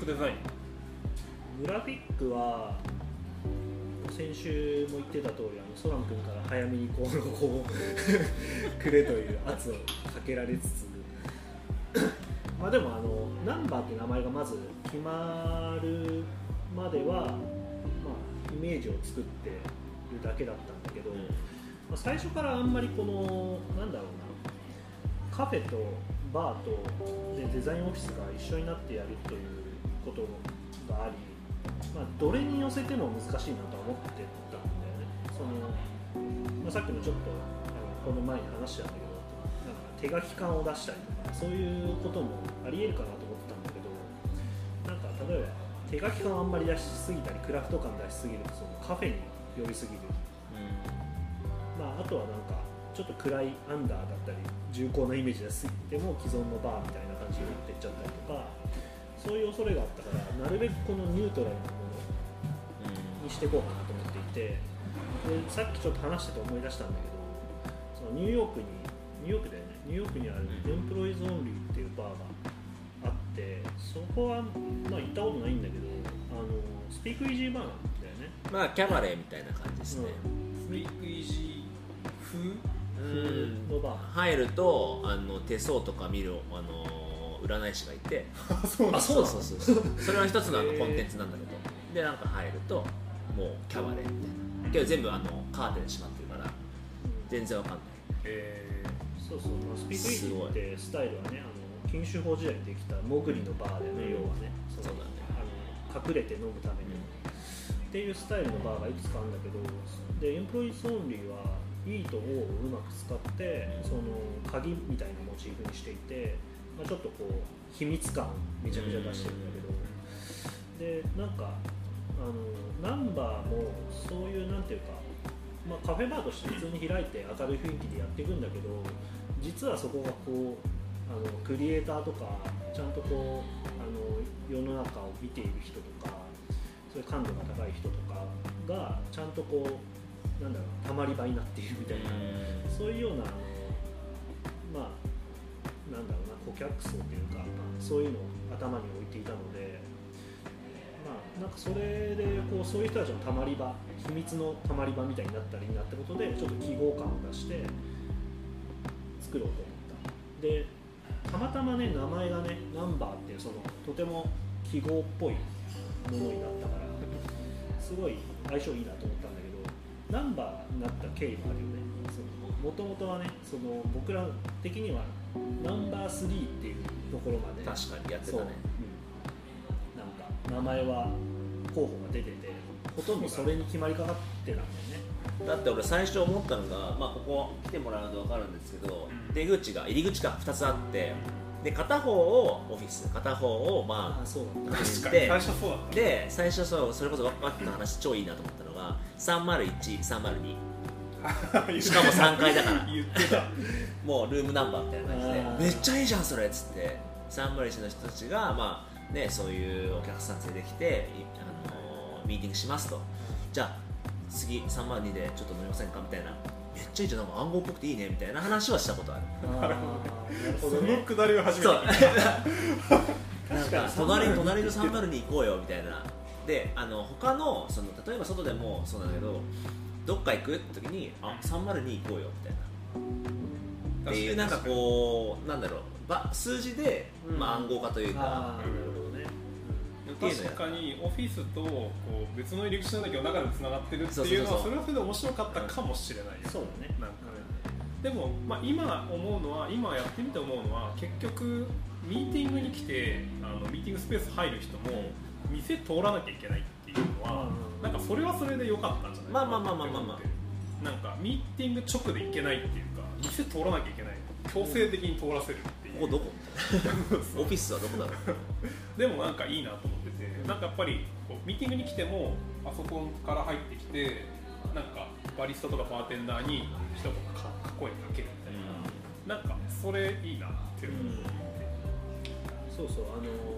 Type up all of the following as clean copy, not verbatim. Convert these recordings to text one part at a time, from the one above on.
デザイン？ グラフィックは先週も言ってた通りソラン君から早めにこうくれという圧をかけられつつまあでもナンバーって名前がまず決まるまでは、まあ、イメージを作ってるだけだったんだけど、まあ、最初からあんまりこのなんだろうなカフェとバーとでデザインオフィスが一緒になってやるということがあり、まあ、どれに寄せても難しいなとは思ってたんだよね。まあ、さっきもちょっとこの前に話したんだけどなんか手書き感を出したりとかそういうこともありえるかなと思ってたんだけどなんか例えば手書き感をあんまり出しすぎたりクラフト感出しすぎるとそのカフェに寄りすぎる、まあ、あとはなんかちょっと暗いアンダーだったり重厚なイメージ出しすぎても既存のバーみたいな感じになっていっちゃったりとかそういう恐れがあったからなるべくこのニュートラルなものにしていこうかなと思っていてでさっきちょっと話してて思い出したんだけどそのニューヨークだよねニューヨークにあるエンプロイズオンリーっていうバーがあってそこはまあ行ったことないんだけどスピークイージーバーなんだよね。 まあキャバレーみたいな感じですね、 スピークイージー風のバー入ると手相とか見る占い師がいてそうそれは一つのコンテンツなんだけどでなんか入るともうキャバレーみたいなけど全部カーテンで閉まってるから全然わかんない。 そうそう、まあ、スピークイージーってスタイルはね禁酒法時代にできたモグリのバーでね、要はねそうだね隠れて飲むために、っていうスタイルのバーがいくつかあるんだけどでエンプロイズオンリーはいいと O をうまく使ってその鍵みたいなモチーフにしていて、まあ、ちょっとこう秘密感めちゃめちゃ出してるんだけど、でなんかナンバーもそういうなんていうか、まあ、カフェバーとして普通に開いて明るい雰囲気でやっていくんだけど実はそこがこうクリエイターとかちゃんとこう世の中を見ている人とかそういう感度が高い人とかがちゃんとこうなんだろうたまり場になっているみたいなそういうようなまあなんだろうな顧客層というか、まあ、そういうのを頭に置いていたので、まあ、なんかそれでこうそういう人たちのたまり場秘密のたまり場みたいになったらいいなってことでちょっと記号感を出して作ろうと思った。でたまたまね名前がねナンバーっていうそのとても記号っぽいものになったからすごい相性いいなと思ったんだけどナンバーになった経緯もあるよね。もともとはねその僕ら的にはナンバー3っていうところまで確かにやってたね、 なんか名前は候補が出ててほとんどそれに決まりかかってたんだよね。 だって俺最初思ったのが、まあ、ここ来てもらうと分かるんですけど、出口が入り口が2つあってで片方をオフィス片方をまあそうだ確かに最初そうだったで最初それこそワッキーの話超いいなと思ったのが301、302しかも3階だから言ってたもうルームナンバーみたいな感じでめっちゃいいじゃんそれっつって301の人たちが、まあね、そういうお客さん連れてきてミーティングしますとじゃあ次302でちょっと飲みませんかみたいなめっちゃいいじゃんなんか暗号っぽくていいねみたいな話はしたことある。 なるほどねそのくだりを初めて聞いたなんか隣の302行こうよみたいなで他の例えば外でもそうなんだけどどっか行くって時に302行こうよみたいなっていうなんかこうなんだろう数字で、まあ、暗号化というか、 なるほどね。 確かにオフィスとこう別の入り口なんだけど中でもつながってるっていうのはそれはそれで面白かったかもしれないよ、 そうだね。 なんかでも、まあ、今思うのは今やってみて思うのは結局ミーティングに来てミーティングスペース入る人も店通らなきゃいけないっていうのは、なんかそれはそれで良かったんじゃないかなって思ってる。なんかミーティング直で行けないっていうか店通らなきゃいけない強制的に通らせるっていう、 ここどこオフィスはどこだろうでもなんかいいなと思っててなんかやっぱりこうミーティングに来てもパソコンから入ってきてなんかバリスタとかバーテンダーに一言声かけるみたいな、なんかそれいいなって思って、 そうそう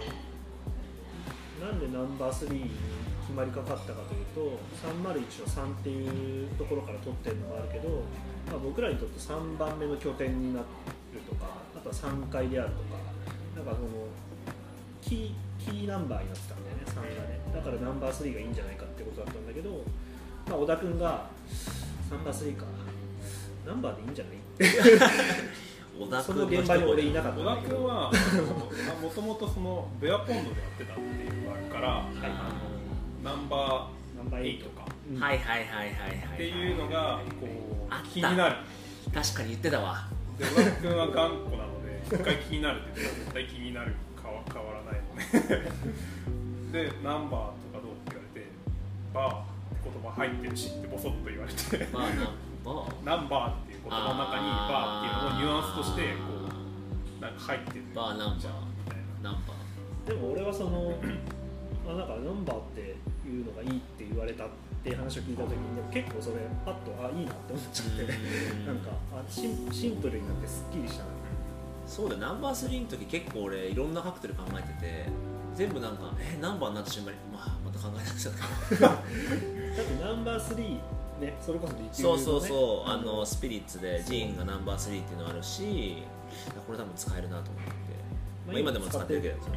なんでナンバー3に決まりかかったかというと301を3っていうところから取ってるのがあるけど、まあ、僕らにとって3番目の拠点になるとかあとは3階であるとかなんかそのキキーナンバーになってたんだよね、3がね。だからナンバー3がいいんじゃないかってことだったんだけど、まあ、小田君がナンバー3かナンバーでいいんじゃない小田その現場に俺いなかったんだ小田けど、 君はもともとそのベアポンドでやってたっていうのがあるから、ナンバー8とかはいはいはいはいはいっていうのがこうあった気になる。 確かに言ってたわ。 で小田君は頑固なので一回気になるって言ったら絶対気になる変わらないのねでナンバーとかどうって言われてバーって言葉入ってるしってボソッと言われてまあナンバーっていう言葉の中にバーっていうののニュアンスとしてこうなんか入ってるバーナンバーじゃんみたいな。 ナンバでも俺はそのなんかナンバーっていうのがいいって言われたっていう話を聞いた時にでも結構それパッといいなって思っちゃってなんかシンプルになってすっきりしたな。 そうだよ、ナンバー3の時結構俺いろんなカクテル考えてて全部なんかナンバーになった瞬間にまた考えなくちゃっただってナンバー3ね、それこそリキュールのね、 そうスピリッツでジーンがナンバー3っていうのあるしこれ多分使えるなと思って、まあ、今でも使ってるけどそう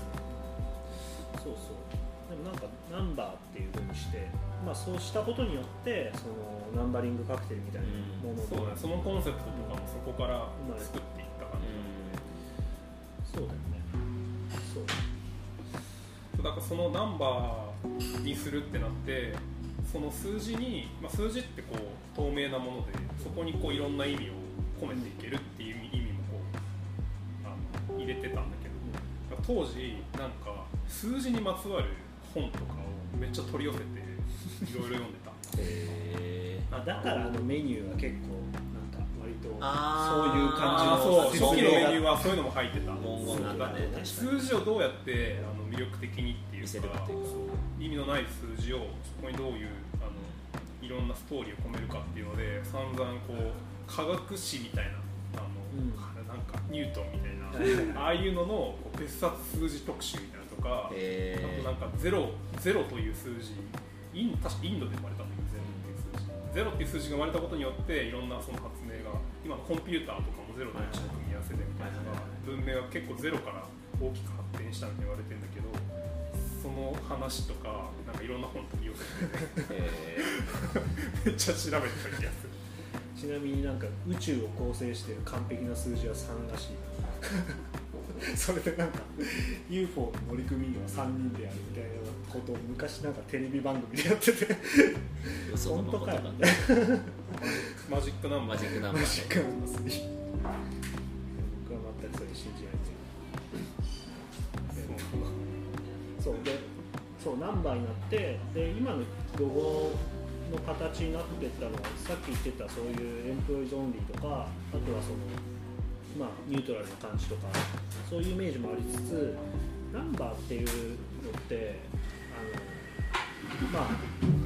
でもなんかナンバーっていう風にして、まあ、そうしたことによってそのナンバリングカクテルみたいなものを、 そうだね、そのコンセプトとかもそこから作っていった感じ、 そうだよね。 そうだからそのナンバーにするってなってその数字に、まあ、数字ってこう透明なものでそこにこういろんな意味を込めていけるっていう意味もこう入れてたんだけど、当時なんか数字にまつわる本とかをめっちゃ取り寄せていろいろ読んでただからメニューは結構なんか割とそういう感じの初期のメニューはそういうのも入ってた。 文言なんだね。 数字をどうやって魅力的にっていう見せるっていうか意味のない数字をそこにどういういろんなストーリーを込めるかっていうので散々こう科学史みたいななんかニュートンみたいなああいうのの別冊数字特集みたいなとか、あとなんかゼロという数字確かインドで生まれたんだけどゼロっていう数字が生まれたことによっていろんなその発明が今のコンピューターとかもゼロの1の組み合わせでみたいな文明が結構ゼロから大きく発展したって言われてるんだけどその話とかなんかいろんな本取り寄せてめっちゃ調べてた気がする。 ちなみになんか宇宙を構成している完璧な数字は3らしいそれでなんか UFO の乗組員は3人でやるみたいなことを昔なんかテレビ番組でやってて本当かよマジックナンバー 3僕は全くそれ信じないそうナンバーになってで今のロゴの形になってったのはさっき言ってたそういうエンプロイズオンリーとかあとはそのまあニュートラルな感じとかそういうイメージもありつつナンバーっていうのってまあ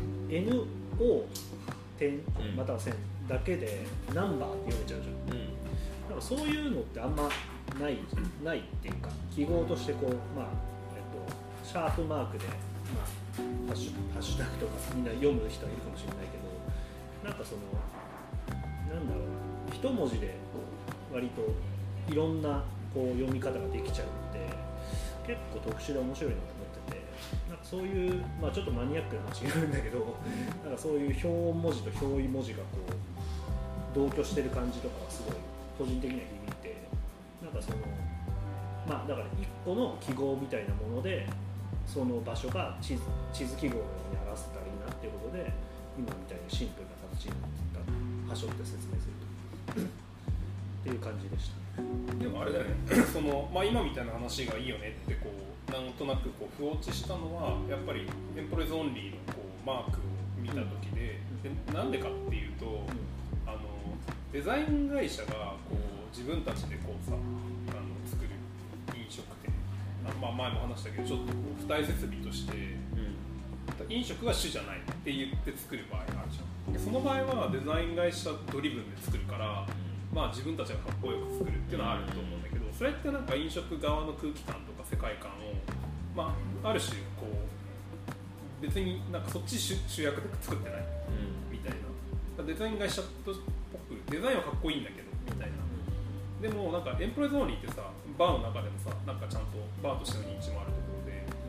NO 点または線だけでナンバーって読めちゃうじゃん、なんかそういうのってあんまないっていうか記号としてこうまあシャープマークでまあハッシュタグとかみんな読む人はいるかもしれないけどなんかそのなんだろう一文字で割といろんなこう読み方ができちゃうので結構特殊で面白いなと思っててなんかそういう、まあ、ちょっとマニアックな話になるんだけどなんかそういう表文字と表意文字がこう同居してる感じとかはすごい個人的には響いてなんかそのまあだから一個の記号みたいなものでその場所が地図記号のように表せたらいいなっていうことで今みたいにシンプルな形になったはしょって説明するとっていう感じでした。 でもあれだよねその、まあ、今みたいな話がいいよねってこうなんとなくこう不落ちしたのはやっぱりエンプロイズオンリーのこうマークを見た時で、なんでかっていうと、デザイン会社がこう自分たちでこうさ作る飲食店まあ、前も話したけどちょっとこう付帯設備として、飲食が主じゃないって言って作る場合があるじゃん。でその場合はデザイン会社ドリブンで作るから、まあ、自分たちがかっこよく作るっていうのはあると思うんだけどそれってなんか飲食側の空気感とか世界観を、まあ、ある種こう別になんかそっち主役で作ってないみたいなデザイン会社っぽくデザインはかっこいいんだけどみたいな。でもなんかエンプロイズオンリーってさバーの中でもさなんかちゃんとバーとしての認知もあるところで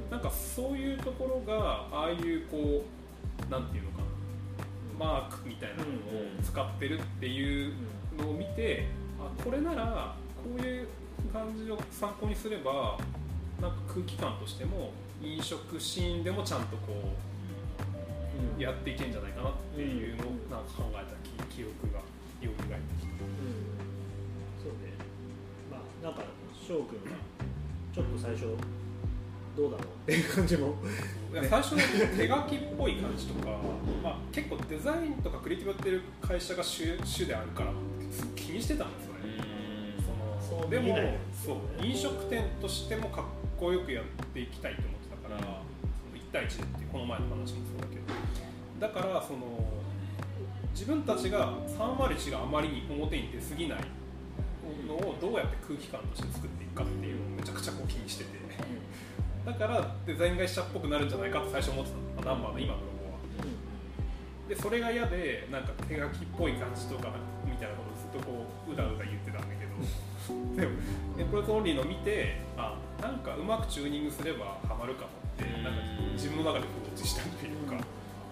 なんかそういうところがああいうこうなんていうのかなマークみたいなのを使ってるっていうのを見て、あこれならこういう感じを参考にすればなんか空気感としても飲食シーンでもちゃんとこうやっていけんじゃないかなっていうのをなんか考えた記憶が蘇ってきた。 そうね。まあなんか翔くんがちょっと最初どうだろうっていう感じもいや最初の手書きっぽい感じとか、まあ、結構デザインとかクリエイティブやってる会社が主であるから気にしてたんですよね。でもそう飲食店としてもかっこよくやっていきたいと思ってたから、1対1でっていうこの前の話もそうだけど、だからその自分たちが301があまりに表に出過ぎないのをどうやって空気感として作っていくかっていうのをめちゃくちゃこう気にしてて、だからデザイン会社っぽくなるんじゃないかと最初思ってたの、ナンバーの今のロゴは。でそれが嫌でなんか手書きっぽい感じとかみたいなことをずっとこううだうだ言ってたんだけどでもエンプロイズオンリーの見て、あなんかうまくチューニングすればハマるかもってなんか自分の中で放置したっていうか、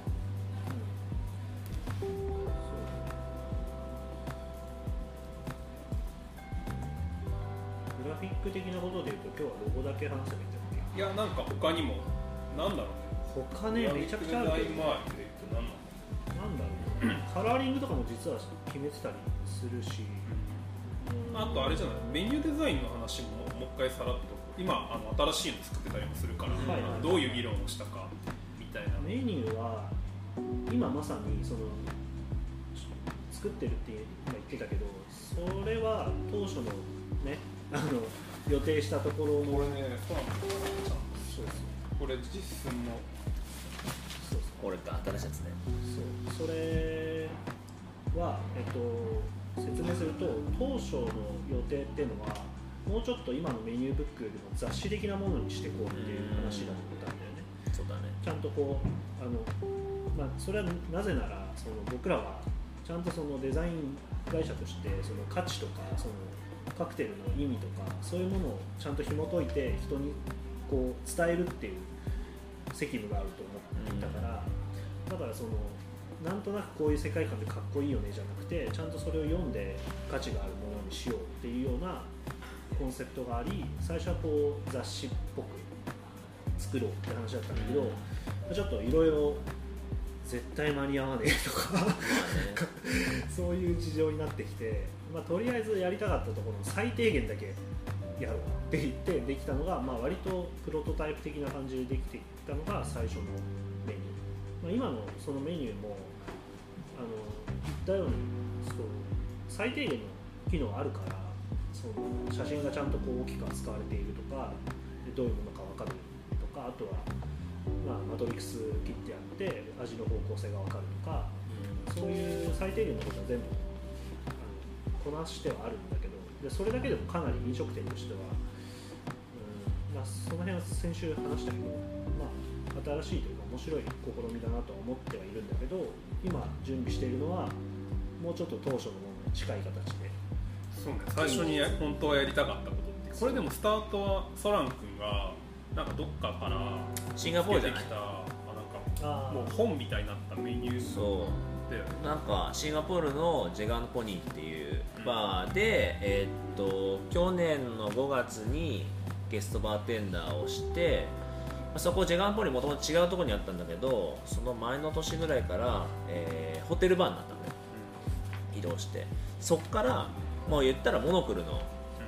グラフィック的なことでいうと今日はロゴだけ話せばいいんだっけ。 いやなんか他にもなんだろうね、 他ねめちゃくちゃあるけど、 デザイン周りで言うとなんだろうカラーリングとかも実は決めてたりするし、 あとあれじゃない、メニューデザインの話ももう一回さらっと今新しいの作ってたりもするから、どういう議論をしたかみたいな。 メニューは今まさにその作ってるって言ってたけど、それは当初のね予定したところのこれねそうなんですよ、 そうこれ実寸のそうこれか新しいやつね。 そうそれは説明すると当初の予定っていうのはもうちょっと今のメニューブックよりも雑誌的なものにしていこうっていう話だったんだよね。 そうだね。 ちゃんとこうそれはなぜならその僕らはちゃんとそのデザイン会社としてその価値とかそのカクテルの意味とかそういうものをちゃんと紐解いて人にこう伝えるっていう責務があると思っていたから、だからそのなんとなくこういう世界観でかっこいいよねじゃなくてちゃんとそれを読んで価値があるものにしようっていうようなコンセプトがあり、最初はこう雑誌っぽく作ろうって話だったんだけど、ちょっといろいろ絶対間に合わねえとかそういう事情になってきて、とりあえずやりたかったところの最低限だけやろうって言ってできたのが、割とプロトタイプ的な感じでできていったのが最初のメニュー。今のそのメニューも言ったように最低限の機能があるから、その写真がちゃんとこう大きく扱われているとか、どういうものか分かるとか、あとは、マトリックス切ってあって味の方向性が分かるとか、そういう最低限のことは全部こなしてはあるんだけど、でそれだけでもかなり飲食店としては、その辺は先週話したけど、新しいというか面白い試みだなとは思ってはいるんだけど、今準備しているのはもうちょっと当初のものに近い形で。 そうね、最初に本当はやりたかったことって、これでもスタートはソラン君がなんかどっかからシンガポールじゃない出てきたなんかもう本みたいになったメニューで、 なんかシンガポールのジェガーノポニーっていうバーで、去年の5月にゲストバーテンダーをして、そこジェガーノポニーもともと違うところにあったんだけど、その前の年ぐらいから、ホテルバーになったのね、移動して、そこからもう言ったらモノクルの、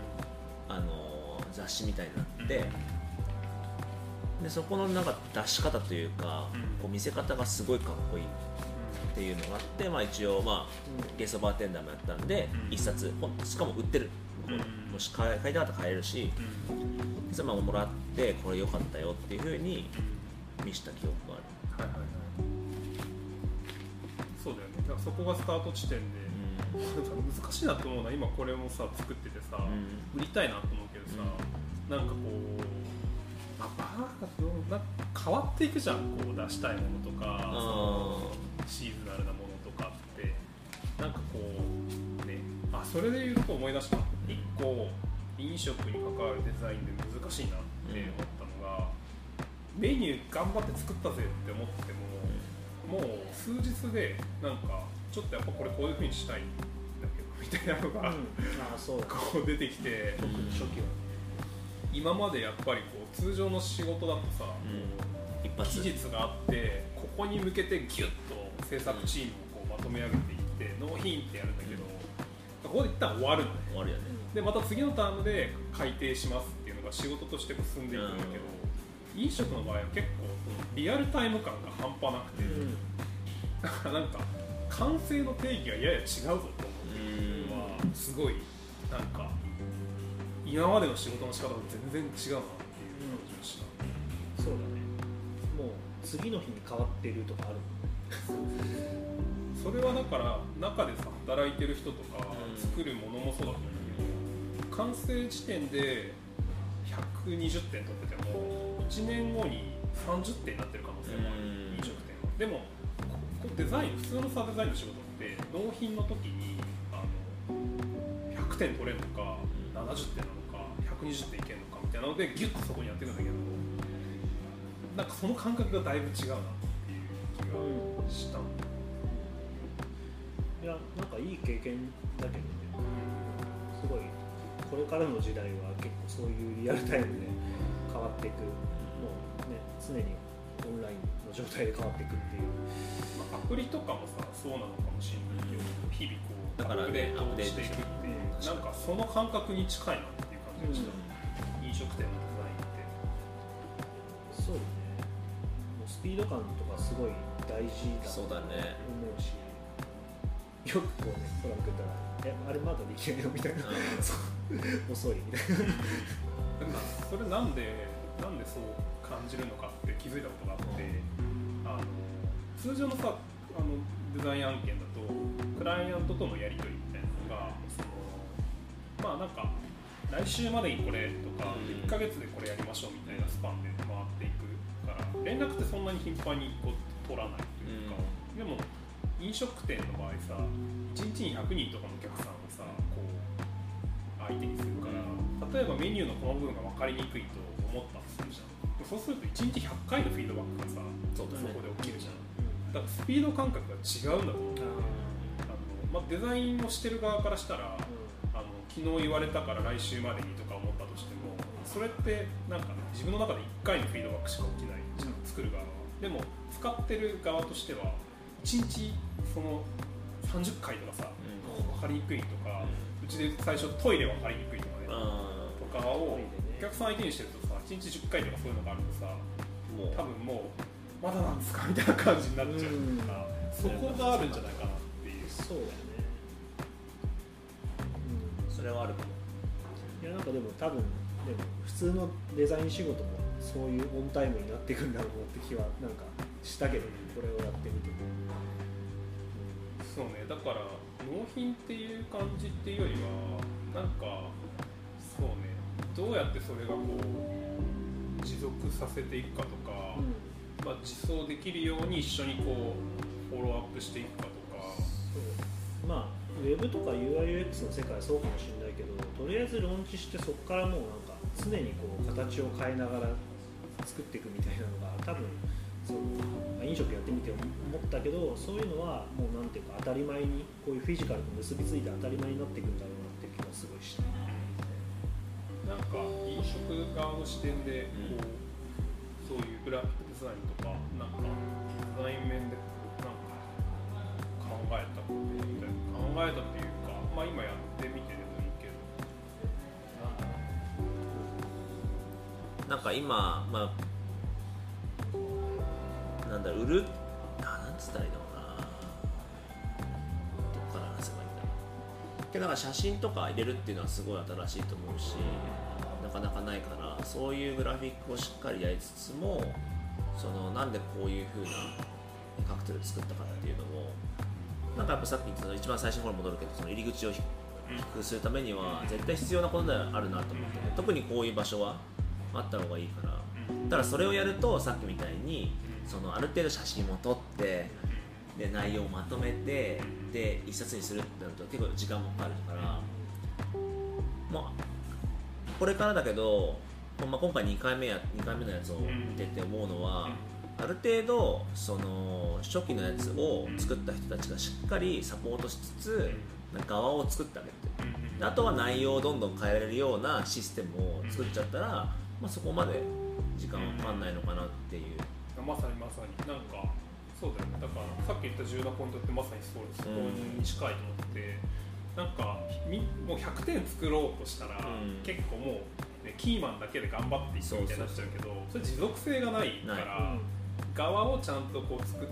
雑誌みたいになって、でそこのなんか出し方というか、こう見せ方がすごいかっこいいっていうのがあって、一応、ゲストバーテンダーもやったんで、一冊しかも売ってる、もし買いたかったら買えるし、そのままもらってこれ良かったよっていう風に見した記憶がある。 そうだよね。だからそこがスタート地点で、難しいなと思うのは、今これもさ作っててさ、売りたいなと思うけどさ、なんかこうバーが変わっていくじゃん、こう出したいものとか、そのシーズナルなものとかってなんかこうね、それで言うと思い出した。一個飲食に関わるデザインで難しいなって思ったのが、 メニュー頑張って作ったぜって思っても、もう数日でなんかちょっとやっぱこれこういう風にしたいんだけどみたいなのが、 そうだね、 こう出てきて、 特に初期はね、 今までやっぱりこう通常の仕事だとさ、 一発期日があってここに向けてギュッと制作チームをこうまとめ上げていって納品ってやるんだけど、ここで一旦終わるのね。 終わるよね。 でまた次のタームで改定しますっていうのが仕事として進んでいくんだけど、飲食の場合は結構リアルタイム感が半端なくて、だからなんか完成の定義がやや違うぞと思うのはすごいなんか今までの仕事の仕方と全然違うなっていう感じがした。 そうだね、もう次の日に変わってるとかあるもんねそれはだから中でさ働いてる人とか作るものもそうだと思うんだけど、完成時点で120点取ってても1年後に30点になってる可能性もある、飲食店は。でもデザイン、普通のさデザインの仕事って納品の時に100点取れるのか70点なのか120点いけるのかみたいなのでギュッとそこにやってるんだけど、なんかその感覚がだいぶ違うなっていう気がした。 いや、なんかいい経験だけどね、すごいこれからの時代は結構そういうリアルタイムで変わっていく、もうね、常にオンラインの状態で変わっていくっていう、 アプリとかもさそうなのかもしれないけど、日々こうだからアップデートをしていくっていう、なんかその感覚に近いなっていう感じがした、飲食店のデザインって。 そうだね、もうスピード感とかすごい大事だと思うし、よくこうね、トランク言ったらあれまだできないよみたいな遅いみたいなそれなんでそう感じるのかって気づいたことがあって、通常のさデザイン案件だとクライアントとのやり取りみたいなのがまあなんか来週までにこれとか1ヶ月でこれやりましょうみたいなスパンで回っていくから連絡ってそんなに頻繁にこう取らないというか、でも飲食店の場合さ1日に100人とかのお客さんをさこう相手にするから、例えばメニューのこの部分が分かりにくいと思ったとするじゃん。そうすると1日100回のフィードバックがさ そこで起きるじゃん。だからスピード感覚が違うんだと思う。デザインをしてる側からしたら、昨日言われたから来週までにとか思ったとしても、それってなんか、ね、自分の中で1回のフィードバックしか起きないじゃん、作る側は。でも使ってる側としては1日その30回とかさ、分かりにくいとか、うちで最初トイレ分かりにくいとかね、とかをお客さん相手にしてるとさ、1日10回とかそういうのがあるとさ、多分もうまだなんですかみたいな感じになっちゃうから、そこがあるんじゃないかなっていう。 そうだよね、 それはあるかも。 いや、なんかでも多分でも普通のデザイン仕事もそういうオンタイムになっていくんだろうなって気はなんかしたけど、これをやってみて、 そうね、だから納品っていう感じっていうよりはなんかそうね、どうやってそれがこう持続させていくかとか、実装できるように一緒にこうフォローアップしていくかとか。 そう、まあウェブとか UI/UX の世界はそうかもしれないけど、とりあえずローンチしてそこからもうなんか常にこう形を変えながら作っていくみたいなのが多分その飲食やってみて思ったけど、そういうのはもうなんていうか当たり前にこういうフィジカルと結びついて当たり前になっていくんだろうなっていう気がすごいした。 なんか飲食側の視点でこう、そういうグラフィックデザインとかなんかデザイン面でなんか考えたことみたいな、考えたっていうか、まあ今やってみてでもいいけど、 なんか今、まあ、なんだろう、なんつったらいいのかな、どっから話せばいいんだろうけど、なんか写真とか入れるっていうのはすごい新しいと思うし、なかなかないから、そういうグラフィックをしっかりやりつつも、そのなんでこういう風なカクテルを作ったかっていうのも、なんかやっぱさっき言った一番最初の頃に戻るけど、その入り口を低くするためには絶対必要なことではあるなと思って、ね、特にこういう場所はあった方がいいから、ただそれをやるとさっきみたいにそのある程度写真を撮ってで内容をまとめてで一冊にするってなると結構時間もかかるから、まあこれからだけど今回2回目のやつを見てて思うのは、ある程度その初期のやつを作った人たちがしっかりサポートしつつ側を作ってあげるという、あとは内容をどんどん変えられるようなシステムを作っちゃったら、まあ、そこまで時間はかかんないのかなっていう。 まさになんかそうだよね。だからさっき言った重要なポイントってまさにそこに近いと思って、なんかもう100点作ろうとしたら、結構もう、ね、キーマンだけで頑張っていくみたいになっちゃうけど、それ持続性がないから、側をちゃんとこう作って、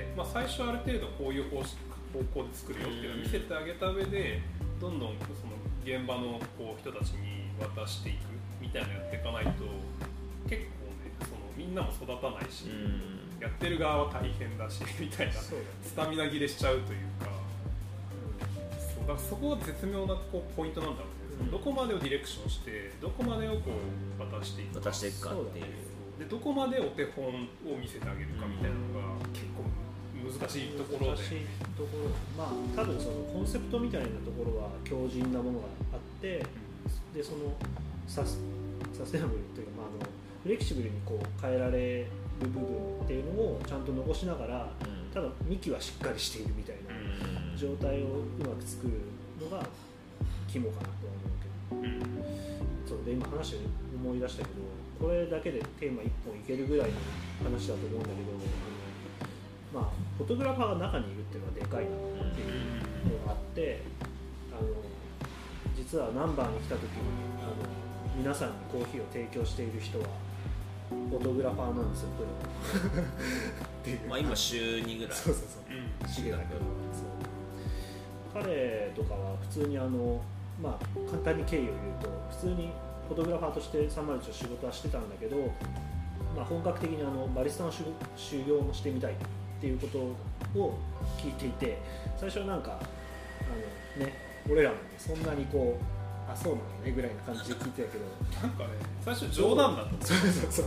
まあ、最初ある程度こういう方向で作るよっていうのを見せてあげた上で、どんどんその現場のこう人たちに渡していくみたいなのやっていかないと、結構ね、そのみんなも育たないし、やってる側は大変だしみたいな、スタミナ切れしちゃうというか、だからそこが絶妙なこうポイントなんだろうね。どこまでをディレクションしてどこまでをこう渡していくかっていうで、どこまでお手本を見せてあげるかみたいなのが結構難しいところで、 まあ多分そのコンセプトみたいなところは強靭なものがあって、でそのサステナブルというか、まあ、フレキシブルにこう変えられる部分っていうのをちゃんと残しながら、ただ幹はしっかりしているみたいな状態をうまく作るのが肝かなとは思うけど、そうで今話で思い出したけど、これだけでテーマ1本いけるぐらいの話だと思うんだけど、まあ、フォトグラファーが中にいるっていうのはでかいなっていうのがあって、実はナンバーに来た時に皆さんにコーヒーを提供している人はフォトグラファーなんですよ、プロっていう、 まあ、今週2ぐらいそう重田君、彼とかは普通にまあ、簡単に経緯を言うと、普通にフォトグラファーとして301の仕事はしてたんだけど、まあ、本格的にバリスタの修行もしてみたいっていうことを聞いていて、最初はなんかね、俺らもね、そんなにこうそうなのねぐらいな感じで聞いてたけど、 なんかね、最初冗談だと思う。 そう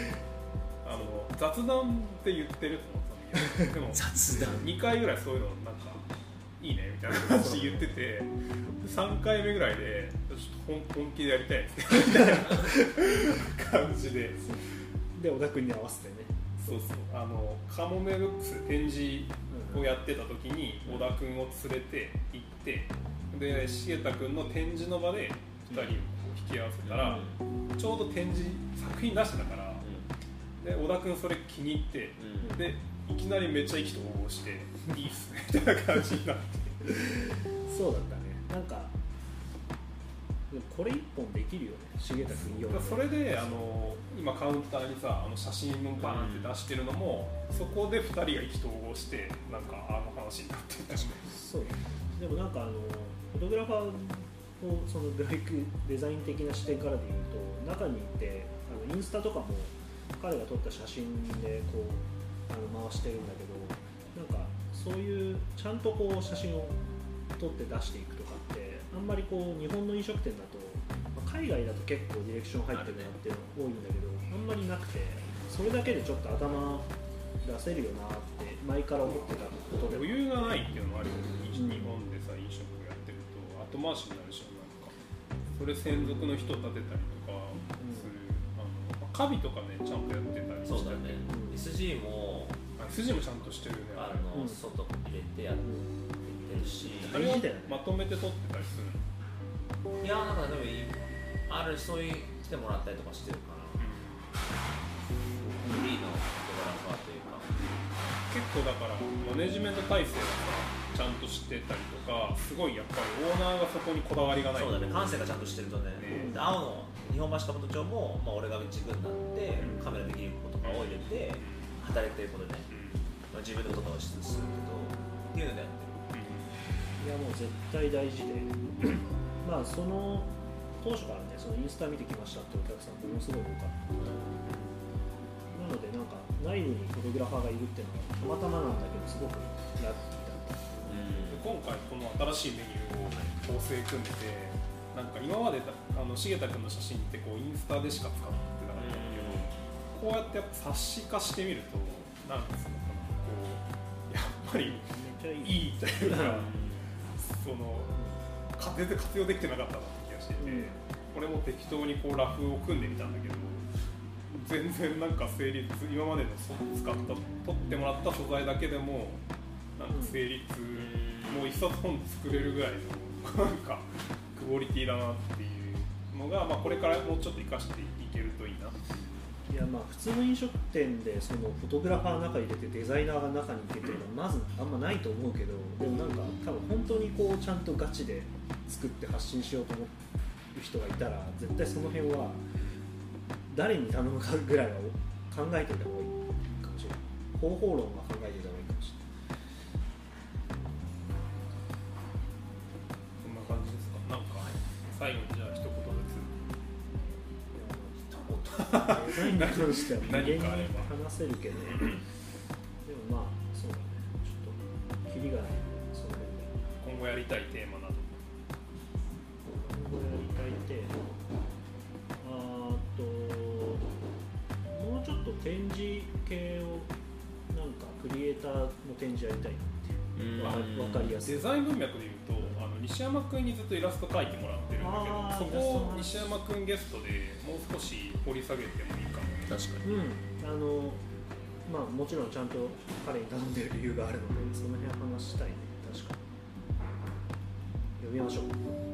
雑談って言ってると思ったんだけど、でも雑談 2回ぐらいそういうのなんかいいねみたいな感じで言ってて、3回目ぐらいでちょっと本気でやりたいですみたいな感じで、 で小田君に合わせてね、 そうカモメブックス展示をやってた時に小田君を連れて行って、で重田君の展示の場で2人を引き合わせたら、ちょうど展示作品出してたから、で小田君それ気に入って、でいきなりめっちゃ意気投合していいっすねみたいな感じになってそうだったね。なんかでもこれ1本できるよね、重田君用。 それで今カウンターにさ写真をバーンって出してるのも、そこで2人が意気投合してなんか話になってたし、 そうでもなんかフォトグラファーをそのグラフィックデザイン的な視点からでいうと、中にいてインスタとかも彼が撮った写真でこう回してるんだけど、なんかそういうちゃんとこう写真を撮って出していくとかってあんまりこう日本の飲食店だと、海外だと結構ディレクション入ってるなっていうのが多いんだけど、あんまりなくて、それだけでちょっと頭出せるよなって前から思ってたことで、 余裕がないっていうのもあるよね。日本でさ飲食やってると後回しになるでしょ。なんかそれ専属の人立てたりとかする、カビとかねちゃんとやってたりして、 そうだね、SG もちゃんとしてるね。 外入れてやってるし、 あれはまとめて撮ってたりするの？ いや、なんかでもそういう来てもらったりとかしてるかな。フリーのフォトグラファーというか、 結構だからマネジメント体制がちゃんとしてたりとか、すごいやっぱりオーナーがそこにこだわりがない。 そうだね、感性がちゃんとしてるとね。で青の日本橋兜町も、まあ、俺が軸になってカメラできることとかを入れて働いてることでね、まあ、自分でこととかはするけどっていうのでやってる。 いやもう絶対大事でまあその当初からね、そのインスタ見てきましたってお客さんものすごい多かった、なのでなんか内部にフォトグラファーがいるっていうのはたまたまなんだけどすごくラッキーだった。 今回この新しいメニューを構成組んでて、なんか今まで重田君の写真ってこうインスタでしか使ってなかったんだけど、こうやってやっぱ冊子化してみるとなんかこうやっぱりいいというか、その全然活用できてなかったなって気がしてて、これも適当にこうラフを組んでみたんだけど、全然なんか成立、今までの使った取ってもらった素材だけでもなんか成立、もう一冊本作れるぐらいのなんかクオリティだなっていうのが、まあ、これからもうちょっと活かしていけるといいな。 いや、まあ普通の飲食店でそのフォトグラファーの中に入れてデザイナーが中にいてっていうのはまずあんまないと思うけど、でもなんか多分本当にこうちゃんとガチで作って発信しようと思う人がいたら、絶対その辺は誰に頼むかぐらいは考えておいた方がいいかもしれない。方法論は考えておいた方がいいかもしそんな感じですか。なんか最後にじゃあ一言ずつ。 デザインに関しては無限に何かあれば話せるけど、でもまあそうだね、ちょっとキリがない、その辺で今後やりたいテーマなど。 今後やりたいテーマ、もうちょっと展示系をなんかクリエイターの展示やりたいなっていう、わかりやすい。 デザイン文脈でいうと西山君にずっとイラスト描いてもらってるんだけど、そこを西山君ゲストでもう少し掘り下げてもいいかも。 確かに、 まあもちろんちゃんと彼に頼んでる理由があるので、その辺話したいね。確かに読みましょう。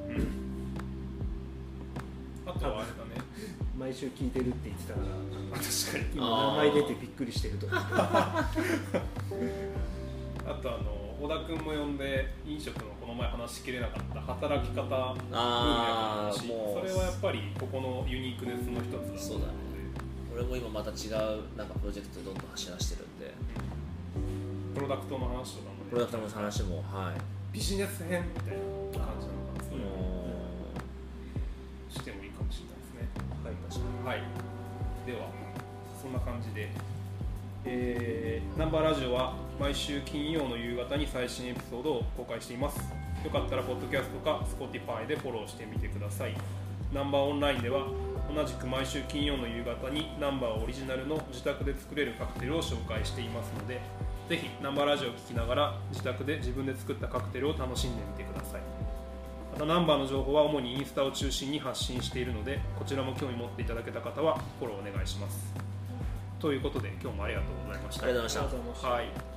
あとはあれだね、 毎週聞いてるって言ってたから、 確かに今名前出てびっくりしてると思う。 あと小田君も呼んで飲食のこの前話しきれなかった働き方分野の話、それはやっぱりここのユニークネスの一つだと思うので、 俺も今また違うなんかプロジェクトでどんどん走らせてるんで、 プロダクトの話とかも、ね、 プロダクトの話も、はい、 ビジネス編みたいな感じなのかな、そういうのしてもいいかもしれないですね。 はい、確かに。 はい、ではそんな感じで、ナンバーラジオは毎週金曜の夕方に最新エピソードを公開しています。よかったらポッドキャストか Spotify でフォローしてみてください。ナンバーオンラインでは同じく毎週金曜の夕方にナンバーオリジナルの自宅で作れるカクテルを紹介していますので、ぜひナンバーラジオを聞きながら自宅で自分で作ったカクテルを楽しんでみてください。またナンバーの情報は主にインスタを中心に発信しているので、こちらも興味持っていただけた方はフォローお願いします。ということで今日もありがとうございました。 ありがとうございました。 はい。